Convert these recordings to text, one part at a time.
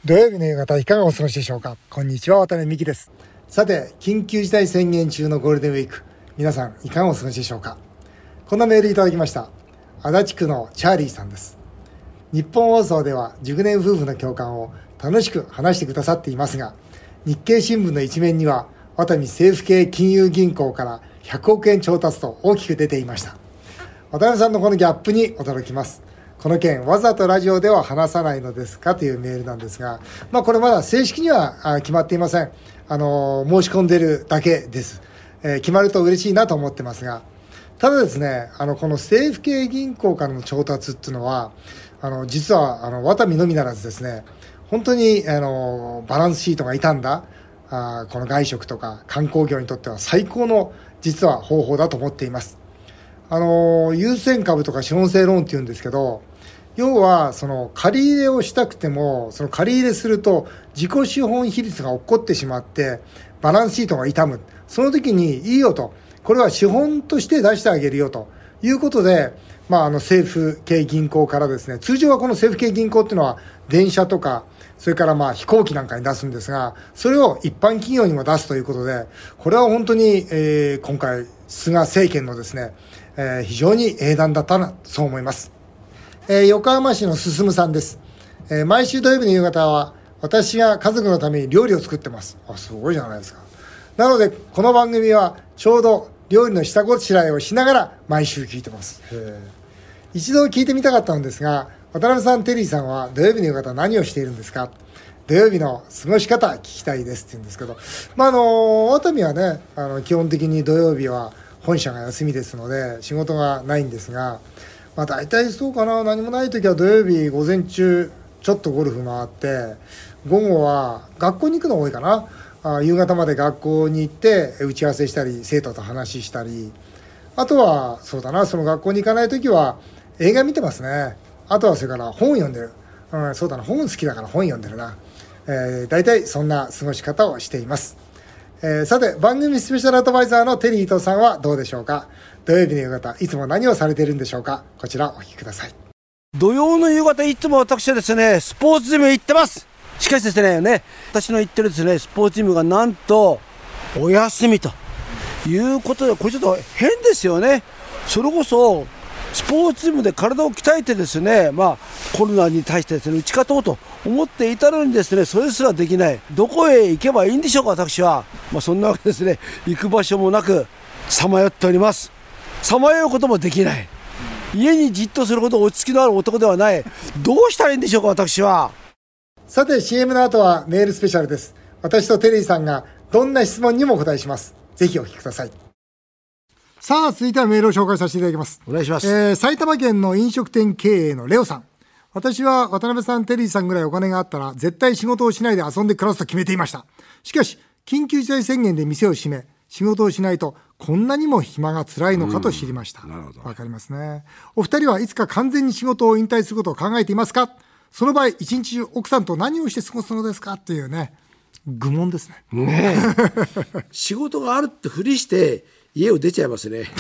土曜日の夕方いかがお過ごしでしょうか。こんにちは、渡辺美希です。さて、緊急事態宣言中のゴールデンウィーク、皆さんいかがお過ごしでしょうか。こんなメールいただきました。足立区のチャーリーさんです。日本放送では熟年夫婦の共感を楽しく話してくださっていますが、日経新聞の一面にはワタミ政府系金融銀行から100億円調達と大きく出ていました。渡辺さんのこのギャップに驚きます。この件わざとラジオでは話さないのですかというメールなんですが、これまだ正式には決まっていません。申し込んでいるだけです。決まると嬉しいなと思ってますが、ただですね、この政府系銀行からの調達っていうのは実はワタミのみならずですね、本当にバランスシートが傷んだこの外食とか観光業にとっては最高の実は方法だと思っています。優先株とか資本性ローンっていうんですけど、要はその借り入れをしたくても、その借り入れすると自己資本比率が落っこってしまってバランスシートが傷む。その時にいいよと、これは資本として出してあげるよということで、政府系銀行からですね、通常はこの政府系銀行っていうのは電車とかそれから飛行機なんかに出すんですが、それを一般企業にも出すということで、これは本当に、今回菅政権のですね、非常に英断だったな、そう思います。横浜市の進さんです。毎週土曜日の夕方は私が家族のために料理を作ってます。すごいじゃないですか。なのでこの番組はちょうど料理の下ごしらえをしながら毎週聞いてます。一度聞いてみたかったのですが、渡辺さん、テリーさんは土曜日の夕方何をしているんですか。土曜日の過ごし方聞きたいですって言うんですけど、ワタミはね、基本的に土曜日は本社が休みですので仕事がないんですが、大体そうかな、何もない時は土曜日午前中ちょっとゴルフ回って、午後は学校に行くの多いかな。夕方まで学校に行って打ち合わせしたり生徒と話したり、あとはそうだな、その学校に行かない時は映画見てますね。あとはそれから本読んでる、そうだな、本好きだから本読んでるな。大体そんな過ごし方をしています。さて、番組スペシャルアドバイザーのテリー伊藤さんはどうでしょうか。土曜日の夕方、いつも何をされているんでしょうか。こちらお聞きください。 土曜の夕方、いつも私はですね、スポーツジムへ行ってます。しかしですね、私の行ってるですね、スポーツジムがなんとお休みということで、これちょっと変ですよね。それこそスポーツジムで体を鍛えてですね、コロナに対してですね、打ち勝とうと思っていたのにですね、それすらできない。どこへ行けばいいんでしょうか、私は。そんなわけですね、行く場所もなくさまよっております。さまようこともできない。家にじっとするほど落ち着きのある男ではない。どうしたらいいんでしょうか、私は。 さて、 CM の後はメールスペシャルです。私とテリーさんがどんな質問にもお答えします。ぜひお聞きください。さあ、続いてはメールを紹介させていただきます。 お願いします。 埼玉県の飲食店経営のレオさん。私は渡辺さん、テリーさんぐらいお金があったら絶対仕事をしないで遊んで暮らすと決めていました。しかし緊急事態宣言で店を閉め仕事をしないとこんなにも暇が辛いのかと知りました。わかりますね。お二人はいつか完全に仕事を引退することを考えていますか。その場合一日中奥さんと何をして過ごすのですかというね、愚問ですね。 仕事があるってふりして家を出ちゃいますね。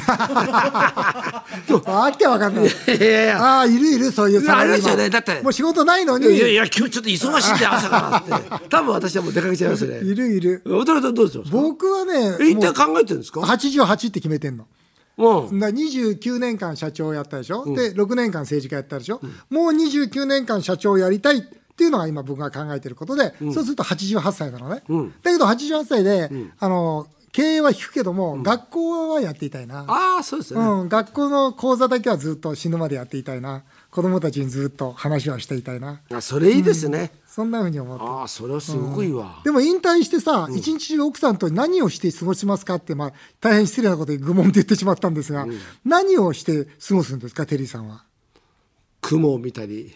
わけわかんない。いるそういうありますよね。だってもう仕事ないのに、 いや今日ちょっと忙しいんで朝からって多分私はもう出かけちゃいますね。 いる。 渡辺さんどうですか。僕はね、 一体考えてるんですか。 88って決めてんの。29年間社長やったでしょ、で6年間政治家やったでしょ、もう29年間社長やりたいっていうのが今僕が考えてることで、そうすると88歳なのね。だけど88歳で、経営は引くけども、学校はやっていたいな。 そうですよね。 学校の講座だけはずっと死ぬまでやっていたいな。子供たちにずっと話をしていたいな。 それいいですね。 そんなふうに思って。 それはすごくいいわ。 でも引退してさ、一日中奥さんと何をして過ごしますかって、大変失礼なことで愚問って言ってしまったんですが、何をして過ごすんですか、テリーさんは。 雲を見たり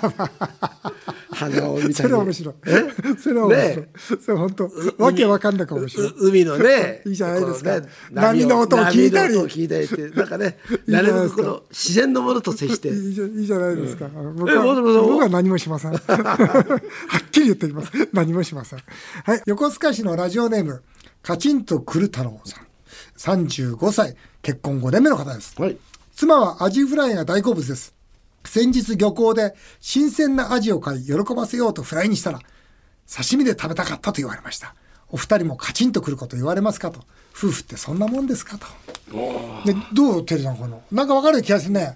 花を見たり。 それは面白い。それは面白い。それ本当わけわかんないかもしれない。 海のね、 いいじゃないですか。波の音を聞いたり、 ってなんかね、なるべくこの自然のものと接していいじゃないですか。僕は何もしません。はっきり言っておきます。何もしません。はい、横須賀市のラジオネームカチンとくる太郎さん、35歳、結婚5年目の方です。妻はアジフライが大好物です。 先日漁港で新鮮なアジを買い喜ばせようとフライにしたら、刺身で食べたかったと言われました。お二人もカチンとくること言われますかと。夫婦ってそんなもんですかと。で、どうテリーさん、このなんか分かる気がするね。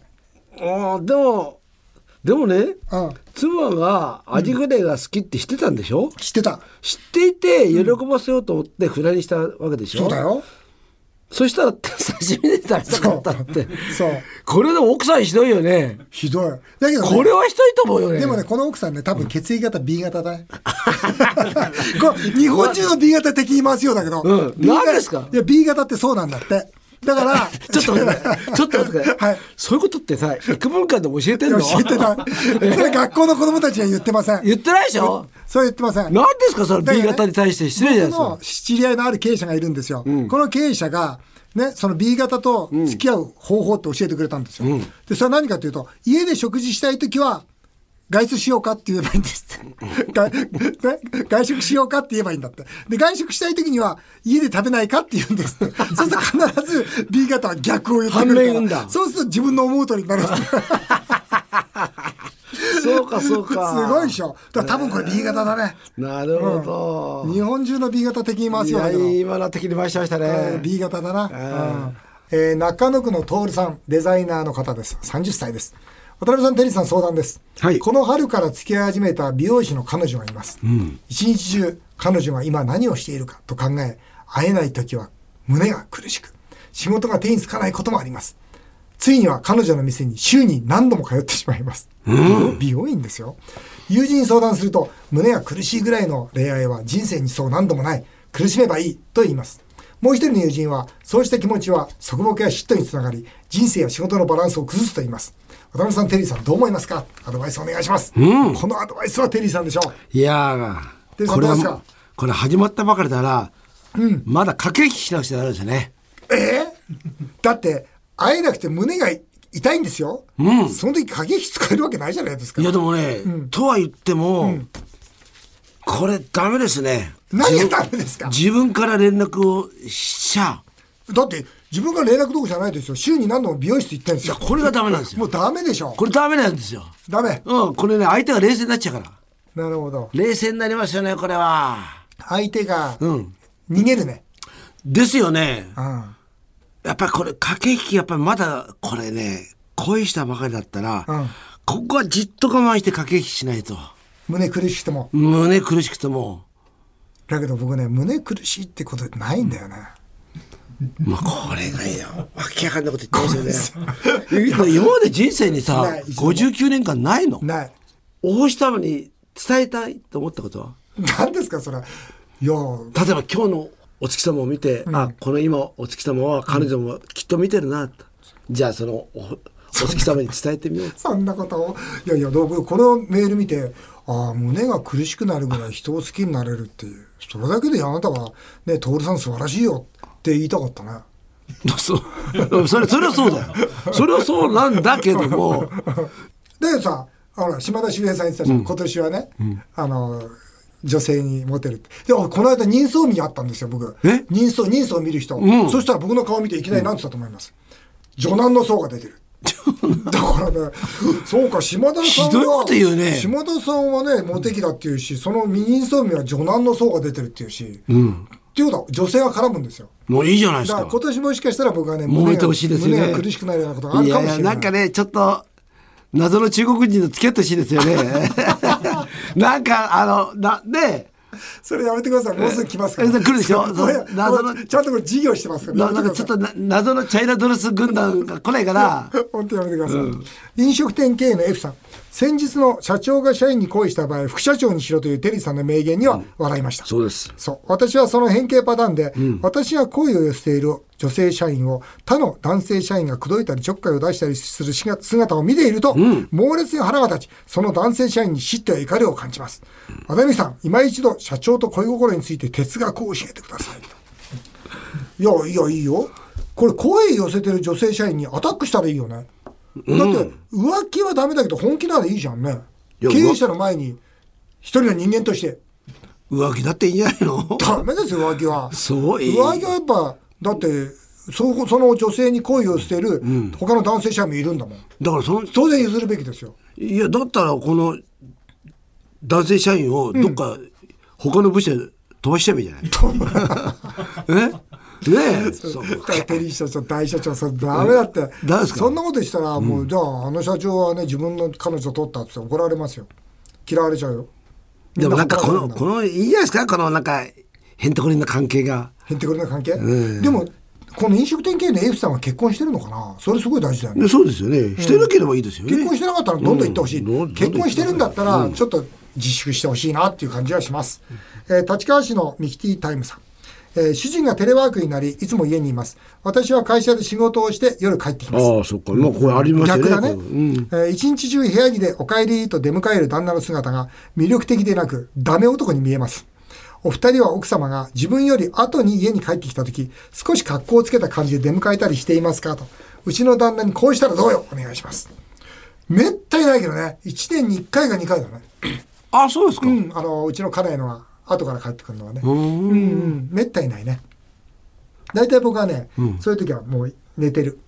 でもね、 うん、 妻がアジフライが好きって知ってたんでしょ、 知ってた。 知っていて喜ばせようと思ってフライにしたわけでしょ、 そうだよ。 そしたら刺身で食べたかったってそう。 これでも奥さんひどいよね。 ひどい。だけど、ね、 これはひどいと思うよね。 でもね、この奥さんね、多分血液型 B 型だね。これ日本中の B 型敵に回すようだけど、 何ですか。 いや B 型ってそうなんだって。だからちょっと待って、はい、そういうことってさ、育文館でも教えてんの？ 教えてない。それ学校の子供たちは言ってません。 言ってないでしょ。 そう言ってません。 何ですかそれ、B 型に対して失礼じゃないですか。 僕の知り合いのある経営者がいるんですよ。この経営者がね、その B 型と付き合う方法って教えてくれたんですよ。で、それは何かというと、家で食事したいときは外出しようかって言えばいいんですって外食しようかって言えばいいんだって。で、外食したい時には家で食べないかって言うんですって。そうすると必ず B 型は逆を言ってくるから。そうすると自分の思う通りになる。 そうかそうか。 すごいでしょ。だから多分これ B 型だね。 なるほど、 日本中の B 型的に回すようだけど。 今の的に回しましたね。 B 型だな。中野区の徹さん、デザイナーの方です。30歳です。渡辺さん、テリーさん、相談です、はい、この春から付き合い始めた美容師の彼女がいます、一日中彼女が今何をしているかと考え、会えない時は胸が苦しく、仕事が手につかないこともあります。ついには彼女の店に週に何度も通ってしまいます、美容院ですよ。友人に相談すると、胸が苦しいぐらいの恋愛は人生にそう何度もない、苦しめばいいと言います。もう一人の友人は、そうした気持ちは束縛や嫉妬につながり、人生や仕事のバランスを崩すと言います。渡辺さん、テリーさん、どう思いますか？アドバイスお願いします。このアドバイスはテリーさんでしょう。 いやー、 テリーさんどうですか？ これ始まったばかりだら、まだ駆け引きしなくちゃならないですよね。 だって会えなくて胸が痛いんですよ、その時駆け引き使えるわけないじゃないですか。 いやでもね、とは言っても、これダメですね。 何がダメですか？ 自分から連絡をしちゃう。 だって自分から連絡どころじゃないですよ。週に何度も美容室行ってんですよ。 いや、これがダメなんですよ。 もうダメでしょ。 これダメなんですよ。 ダメ。 これね、相手が冷静になっちゃうから。 なるほど。 冷静になりますよね、これは。 相手が逃げるね。 ですよね。やっぱりこれ駆け引き、やっぱりまだこれね、恋したばかりだったら、ここはじっと我慢して駆け引きしないと。 胸苦しくても。 胸苦しくても。 だけど僕ね、胸苦しいってことないんだよね。 まあこれがいいよ。わけわかんないこと言ってますよね。今まで人生にさ、59年間ないの？ ない。 お星様に伝えたいと思ったことは？ 何ですかそれ。いや、 例えば今日のお月様を見て、この今お月様は彼女もきっと見てるなと、じゃあそのお月様に伝えてみよう。 そんなことを。いや僕このメール見て、胸が苦しくなるぐらい人を好きになれるっていう、それだけであなたはね、徹さん素晴らしいよって言いたかったね。 それはそうだよ。それはそうなんだけども。 でさ、島田秀平さん言ってたじゃん、今年はね、女性にモテるって。で、この間人相見あったんですよ、僕。人相見る人、そしたら僕の顔見ていきなり何て言ったと思います？女難の層が出てる。だからね、そうか、島田さんはひどいこと言うね。 島田さんはね、モテ期だっていうし、その人相見は女難の層が出てるっていうし、っていうことは女性は絡むんですよ。 もういいじゃないですか。 だから今年もしかしたら僕はね、 揉めてほしいですよね。 胸が苦しくなるようなことがあるかもしれない。 いやなんかね、ちょっと謎の中国人と付き合ってほしいですよね。なんかね。 それやめてください。もうすぐ来ますから。 来るでしょ。 謎のちゃんとこれ事業してますから。 なんかちょっと謎のチャイナドレス軍団が来ないから。 本当やめてください。飲食店経営の F さん。先日の社長が社員に恋した場合、副社長にしろというテリーさんの名言には笑いました。 そうです。 そう。私はその変形パターンで、私が恋を寄せている女性社員を他の男性社員が口説いたりちょっかいを出したりする姿を見ていると、猛烈に腹が立ち、その男性社員に嫉妬や怒りを感じます。渡辺さん、今一度社長と恋心について哲学を教えてください。いや、いいよ。これ恋寄せてる女性社員にアタックしたらいいよね。だって浮気はダメだけど本気ならいいじゃんね。経営者の前に一人の人間として浮気だっていいんじゃないの？ ダメですよ浮気は。 そう浮気はやっぱだってその女性に恋を捨てる他の男性社員もいるんだもん。 だから当然譲るべきですよ。 いやだったらこの男性社員をどっか他の部署で飛ばしちゃえばいいじゃないねえそうテリー社長大社長それダメだって、そんなことしたらもう、じゃあ社長はね自分の彼女取ったって怒られますよ。嫌われちゃうよ。 でもなんかこのいいじゃないですか、このなんかへんてこりんな関係が。 へんてこりんな関係、でもこの飲食店経営の F さんは結婚してるのかな。それすごい大事だよね。 そうですよね。してなければいいですよね。 結婚してなかったらどんどん行ってほしい、結婚してるんだったらちょっと自粛してほしいなっていう感じはします。立川市のミキティタイムさん、主人がテレワークになりいつも家にいます。私は会社で仕事をして夜帰ってきます。 ああそっか、まあこれありますよね。 逆だね、一日中部屋着でお帰りと出迎える旦那の姿が魅力的でなくダメ男に見えます。お二人は奥様が自分より後に家に帰ってきた時少し格好をつけた感じで出迎えたりしていますかと。うちの旦那にこうしたらどうよお願いします。めったにないけどね、1年に1回か2回だね。 あ、そうですか。 うちの家内のが後から帰ってくるのはね、めったにないね。大体僕はね、そういう時はもう寝てる。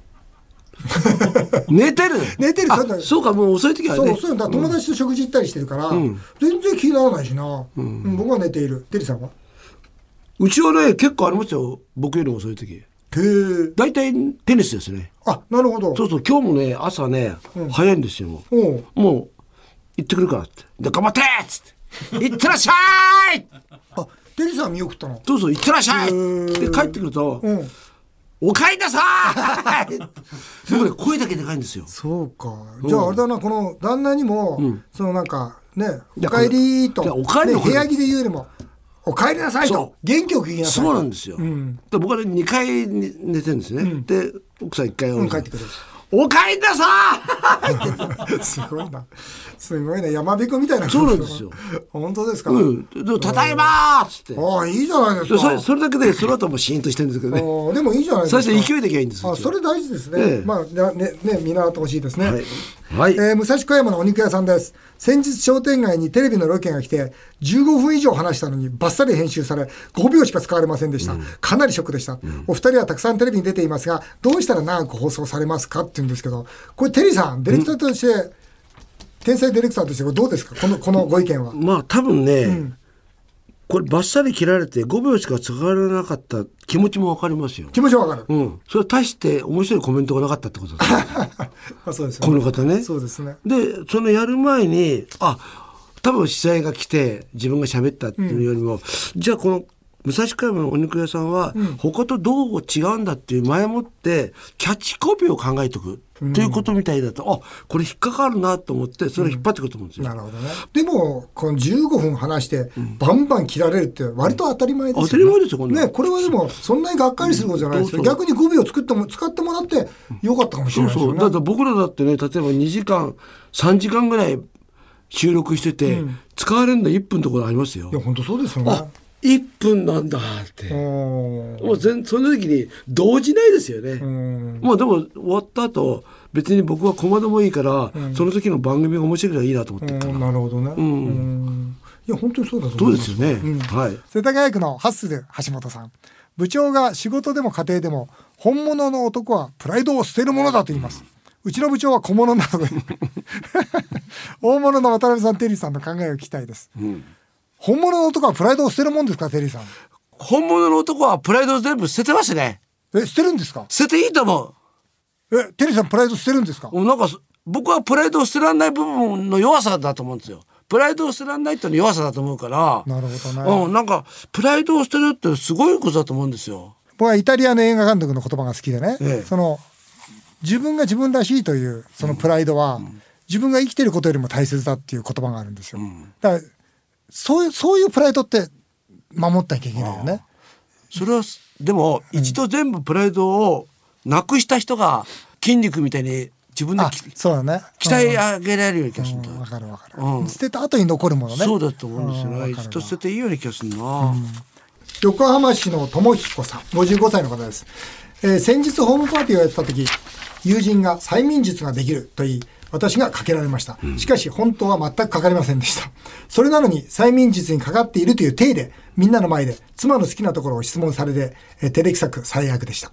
寝てるそうか、もう遅い時はね。 そうだ、友達と食事行ったりしてるから、全然気にならないしな、僕は寝ている。テリーさんは？ うちはね結構ありますよ、僕よりも遅い時。大体テニスですね。 あ、なるほど。 そう今日もね朝ね、早いんですよ。もう行ってくるからってで頑張ってっつって行ってらっしゃいあ、テリーさんは見送ったの？ そう行ってらっしゃいで帰ってくると、おかえりなさいでもね声だけでかいんですよ。 そうか。じゃああれだな、この旦那にも、そのなんかね、おかえりと、部屋着で言うよりもおかえりなさいと元気よく言いなさい。 そうなんですよ。で僕はね2回寝てるんですね。で奥さん1回帰ってくる。 おかえりなさいすごいな。すごいね。山彦みたいな。 そうなんですよ。 本当ですか。 ただいまーっつって。 ああ、いいじゃないですか。 それだけでその後もシーンとしてるんですけどね。 でもいいじゃないですか。 最初勢いできゃいいんです。 それ大事ですね。まあね見習ってほしいですね。 はい。 武蔵小山のお肉屋さんです。先日商店街にテレビのロケが来て15分以上話したのにバッサリ編集され5秒しか使われませんでした。かなりショックでした。お二人はたくさんテレビに出ていますがどうしたら長く放送されますかって言うんですけど、これテリーさんディレクターとして天才ディレクターとしてどうですか、このご意見は。 まあ多分ね、これバッサリ切られて5秒しか使われなかった気持ちも分かりますよ。 気持ちは分かる。それは大して面白いコメントがなかったってことですそうですね。 この方ね。 そうですね。 でそのやる前に多分司会が来て自分が喋ったっていうよりも、じゃあこの武蔵小山のお肉屋さんは他とどう違うんだっていう前もってキャッチコピーを考えておくということみたいだと、これ引っかかるなと思ってそれを引っ張ってくると思うんですよ。 なるほどね。でもこの15分話してバンバン切られるって割と当たり前ですよね。 当たり前ですよこんなの。 これはでもそんなにがっかりすることじゃないですよ。逆に語尾を使ってもらってよかったかもしれないですよね。 だって僕らだってね、例えば2時間3時間ぐらい収録してて、使われるの1分のところありますよ。 いや本当そうですよね。 1分なんだってもうその時に動じないですよね。まあでも終わった後別に僕はコマでもいいから、その時の番組が面白いからいいなと思ってるから。 なるほどね。いや本当にそうだと思います。 そうですよね。はい。 世田谷区のハッスル橋本さん、部長が仕事でも家庭でも本物の男はプライドを捨てるものだと言います。うちの部長は小物なので大物の渡辺さん、テリーさんの考えを聞きたいです。本物の男はプライドを捨てるもんですか、テリーさん。 本物の男はプライドを全部捨ててますね。 捨てるんですか。 捨てていいと思う。テリーさんプライド捨てるんですか。 なんか僕はプライドを捨てられない部分の弱さだと思うんですよ。プライドを捨てられないっていうの弱さだと思うから。 なるほどね。 なんかプライドを捨てるってすごいことだと思うんですよ。 僕はイタリアの映画監督の言葉が好きでね、その自分が自分らしいというそのプライドは、自分が生きてることよりも大切だっていう言葉があるんですよ。だからそういうプライドって守ってなきゃいけないよね。 それはでも、一度全部プライドをなくした人が筋肉みたいに自分でそうだね、 鍛え上げられるような気がするんだ。 わかるわかる。捨てた後に残るものね。 そうだと思うんですよね。一度捨てていいような気がするな。 横浜市の友彦さん、55歳の方です。先日ホームパーティーをやってた時、友人が催眠術ができると言い、私がかけられました。しかし本当は全くかかりませんでした。それなのに催眠術にかかっているという体でみんなの前で妻の好きなところを質問されて、照れくさく最悪でした。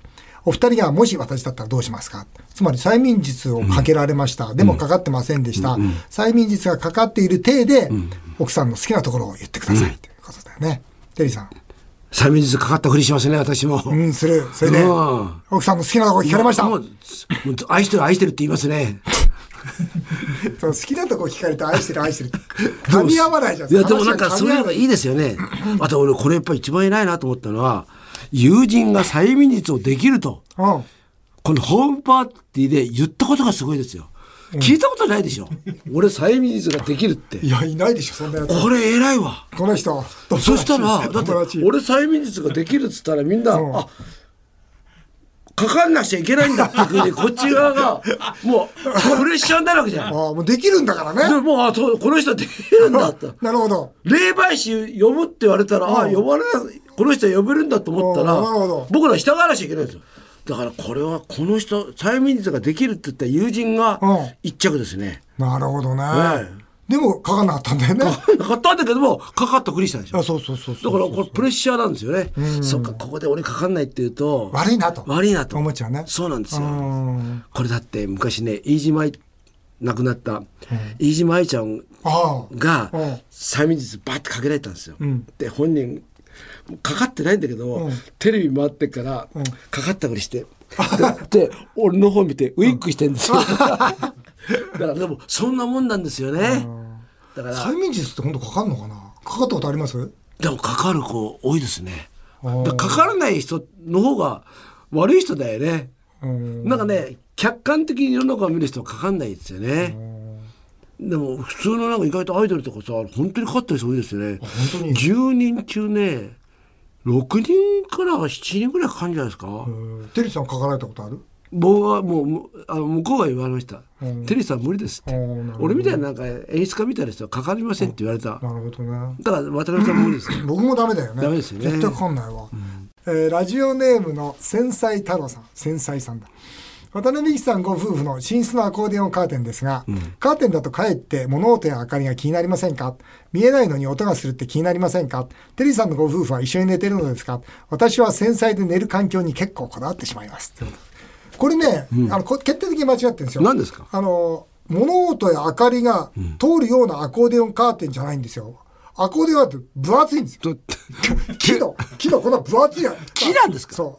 お二人がもし私だったらどうしますか。つまり催眠術をかけられました。でもかかってませんでした。催眠術がかかっている体で、奥さんの好きなところを言ってくださいということだよね。テリーさん。 催眠術かかったふりしますね、私も。 する。それで、奥さんの好きなところ聞かれました。 もう愛してる愛してるって言いますね。 その好きなとこ聞かれて愛してる愛してるって噛み合わないじゃん。 いやでもなんかそういうのがいいですよね。あと俺これやっぱり一番偉いなと思ったのは、友人が催眠術をできると、このホームパーティーで言ったことがすごいですよ。聞いたことないでしょ。俺催眠術ができるって。 いやいないでしょそんなやつ。 これ偉いわこの人。 そしたらだって俺催眠術ができるっつったらみんな、あ、かかんなくちゃいけないんだっていうふうにこっち側がもうプレッシャーになるわけじゃん。 もうできるんだからね。 でもうこの人はできるんだってなるほど。 霊媒師呼ぶって言われたら、呼ばれない、この人は呼べるんだと思ったら、僕ら従わなきゃいけないんですよ。だからこれはこの人催眠術ができるって言った友人が一着ですね。 なるほどね。でもかかんなかったんだよね。 かかったんだけどもかかったふりしたでしょ。 そうだからこれプレッシャーなんですよね。そっか、ここで俺かかんないって言うと悪いなと思っちゃうね。 そうなんですよ。これだって昔ね、飯島愛亡くなった飯島愛ちゃんが催眠術バッてかけられたんですよ。で本人かかってないんだけど、テレビ回ってからかかったふりしてで俺の方見てウイッグしてんですよ。だからでもそんなもんなんですよね。だから催眠術って本当かかるのかな。かかったことあります？ でもかかる子多いですね。かからない人の方が悪い人だよね。なんかね、客観的に世の中を見る人はかかんないですよね。でも普通のなんか意外とアイドルとかさ、本当にかかった人多いですよね。 本当に 10人中ね6人から7人ぐらいかかるんじゃないですか。 テリーさんかかられたことある？ 僕はもう向こうが言われました。テリーさん無理ですって。俺みたいななんか演出家みたいな人はかかりませんって言われた。 なるほどね。 だから渡辺さんも無理ですよ。 僕もダメだよね。 ダメですよね。 絶対かかんないわ。ラジオネームの繊細太郎さん、繊細さんだ。渡辺美樹さんご夫婦の寝室のアコーディオンカーテンですが、カーテンだとかえって物音や明かりが気になりませんか？見えないのに音がするって気になりませんか？テリーさんのご夫婦は一緒に寝てるのですか？私は繊細で寝る環境に結構こだわってしまいます。これね、決定的に間違ってるんですよ。 何ですか？ 物音や明かりが通るようなアコーディオンカーテンじゃないんですよ。アコーディオンって分厚いんですよ。木のこんな分厚いや木なんですか？ そう。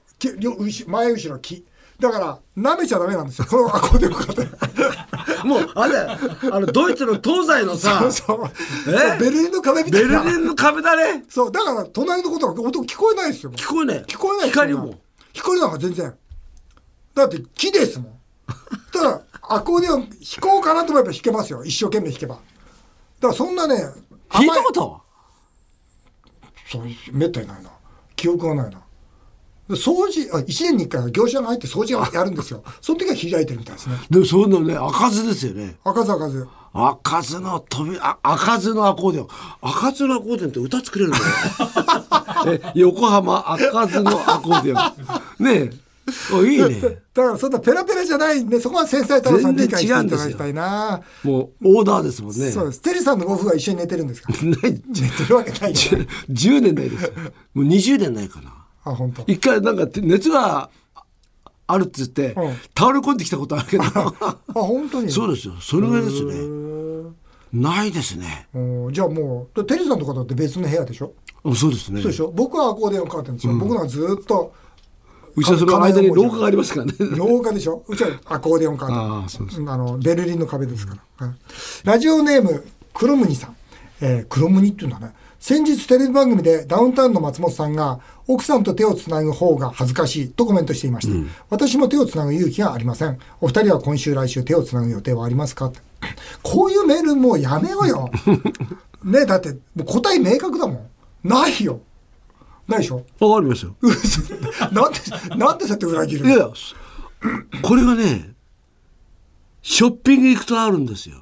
前後ろ木。だから舐めちゃダメなんですよ。このアコーディオンカーテン。 もうあれドイツの東西のさ、 ベルリンの壁みたいな。 ベルリンの壁だね。 そうだから隣のことは音聞こえないですよ。 聞こえない。 光も光なんか全然。だって木ですもん。ただアコーディオン弾こうかなと思えば弾けますよ。一生懸命弾けば。だからそんなね。 弾いたことは？ そうめったにないな。記憶がないな。掃除1年に1回業者が入って掃除をやるんですよ。その時は開いてるみたいですね。 でもそんなね、開かずですよね。 開かず。 開かずのアコーディオン。開かずのアコーディオンって歌作れるんだよ。横浜開かずのアコーディオン。ねえ。いいね。 だからそんなペラペラじゃないんで、そこは繊細太郎さんに理解していただきたいな。 もうオーダーですもんね。 そうです。テリーさんのご夫婦は一緒に寝てるんですか？寝てるわけないじゃん。 10年ないです。もう20年ないかな。 本当。 一回なんか熱があるって言って、倒れ込んできたことあるけど。 本当に。 そうですよ。それぐらいですね。ないですね。 じゃあもうテリーさんとかだって別の部屋でしょ？ そうですね。 そうでしょ？僕はアコーディオンカーテンですよ。僕のはずっと。 うちはその間に廊下がありますからね。 廊下でしょ？うちはアコーディオンカーテン。ベルリンの壁ですから。ラジオネーム黒ムニさん。黒ムニっていうんだね。先日テレビ番組でダウンタウンの松本さんが奥さんと手をつなぐ方が恥ずかしいとコメントしていました。私も手をつなぐ勇気がありません。お二人は今週来週手をつなぐ予定はありますか？こういうメールもうやめようよ。ね、だってもう答え明確だもん。ないよ。ないでしょ？ わかりますよ。 なんでそうやって裏切るの？ いや、これがね、ショッピング行くとあるんですよ。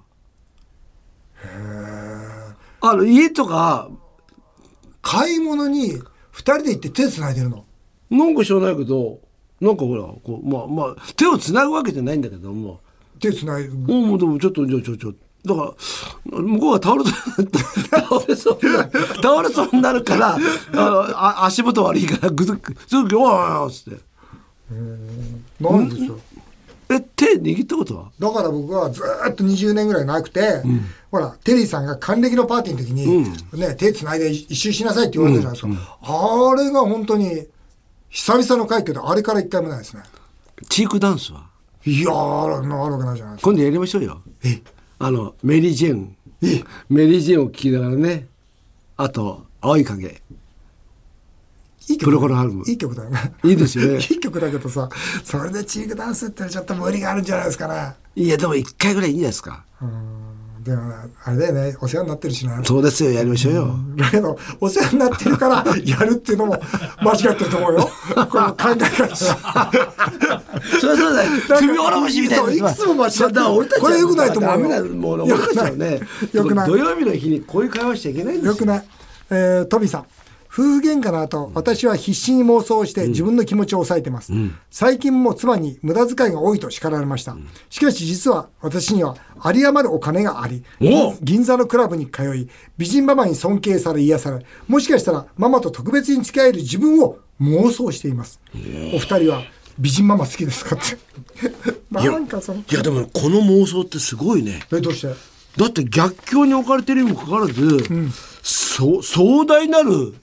家とか買い物に2人で行って手つないでるの？ なんか知らないけど、なんかほらこう、手をつなぐわけじゃないんだけども、 手つないでもうでもちょっとだから向こうが倒れそうになるから足元悪いからグズッおーっつってないんですよ。 手握ったことは？ だから僕はずっと20年ぐらいなくて、ほらテリーさんが還暦のパーティーの時に、ね、手つないで一周しなさいって言われたじゃないですか、あれが本当に久々の快挙で、あれから一回もないですね。 チークダンスは？ いやー、あるわけないじゃないですか。 今度やりましょうよ。メリー・ジェーン。メリー・ジェーンを聴きながらね。あと青い影。 いい曲、 プロコロハルム。 いい曲だよね。 いいですよね。 いい曲だけどさ、それでチークダンスってちょっと無理があるんじゃないですかね。 いやでも一回ぐらいいいんじゃないですか。 でもあれだよね、お世話になってるしな。 そうですよ、やりましょうよ。 だけどお世話になってるからやるっていうのも間違ってると思うよ。この考え方。 それはそうだよ。首下ろしみたいな。 そういくつも間違ってる。これ良くないと思うよ。 よくない。 よくない。 土曜日の日にこういう会話しちゃいけないんですよ。 よくない。トビさん。夫婦喧嘩の後、私は必死に妄想して自分の気持ちを抑えてます。最近も妻に無駄遣いが多いと叱られました。しかし実は私には有り余るお金があり、銀座のクラブに通い、美人ママに尊敬され癒され、もしかしたらママと特別に付き合える自分を妄想しています。お二人は美人ママ好きですかって。なんかその。 いやでもこの妄想ってすごいね。 どうして？ だって逆境に置かれてるにもかかわらず、壮大なる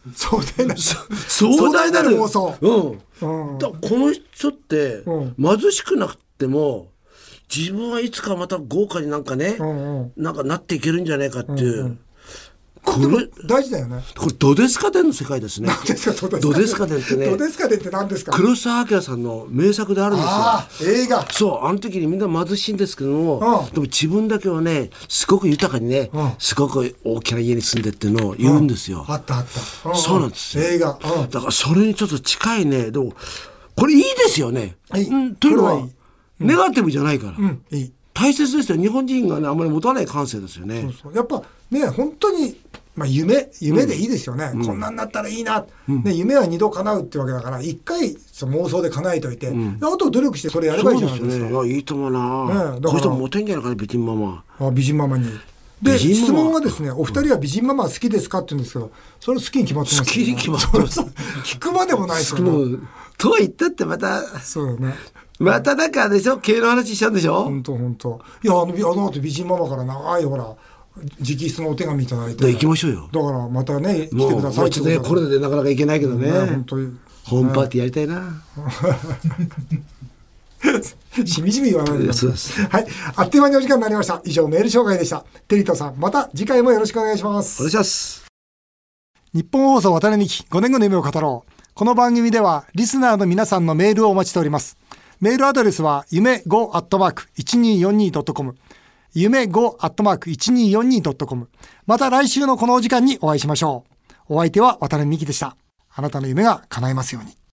妄想。 だからこの人って貧しくなくても自分はいつかまた豪華になんかね、なんかなっていけるんじゃないかっていう。 これ大事だよね。 これドデスカ伝の世界ですね。 何ですかドデスカ伝ってね。 ドデスカ伝って何ですか？ 黒澤明さんの名作であるんですよ。 映画。 そう、あの時にみんな貧しいんですけども、でも自分だけはねすごく豊かにね、すごく大きな家に住んでっていうのを言うんですよ。 あった。 そうなんですよ。 映画。 だからそれにちょっと近いね。でもこれいいですよね。というのはネガティブじゃないから。 いい。 大切ですよ。日本人がねあんまり持たない感性ですよね。 そうやっぱね本当に。夢でいいですよね、こんなんなったらいいな、夢は二度叶うってわけだから一回その妄想で叶えといて、あと努力してそれやればいいじゃないですか。 そうですね。いいと思うな。この人モテんじゃないかな、美人ママ。 美人ママに。で質問はですね、お二人は美人ママ好きですかって言うんですけど、それ好きに決まってます、ね。 好きに決まってます。 聞くまでもないですよね。 と言ったってまたそうよね。 またなんかでしょ、経営の話しちゃうんでしょ。 本当。いやあと美人ママから長いほら。直筆のお手紙いただいて。 行きましょうよ。 だからまたね来てくださいって。 もうねコロナでなかなか行けないけどね。 本当にホームパーティーやりたいな。 しみじみ言わないでください。はい、あっという間にお時間になりました。以上メール紹介でした。テリトさん、また次回もよろしくお願いします。 お願いします。 日本放送渡辺美希5年後の夢を語ろう。この番組ではリスナーの皆さんのメールをお待ちしております。メールアドレスは夢 5@1242.com、夢 5@1242.com。また来週のこのお時間にお会いしましょう。お相手は渡辺美希でした。あなたの夢が叶いますように。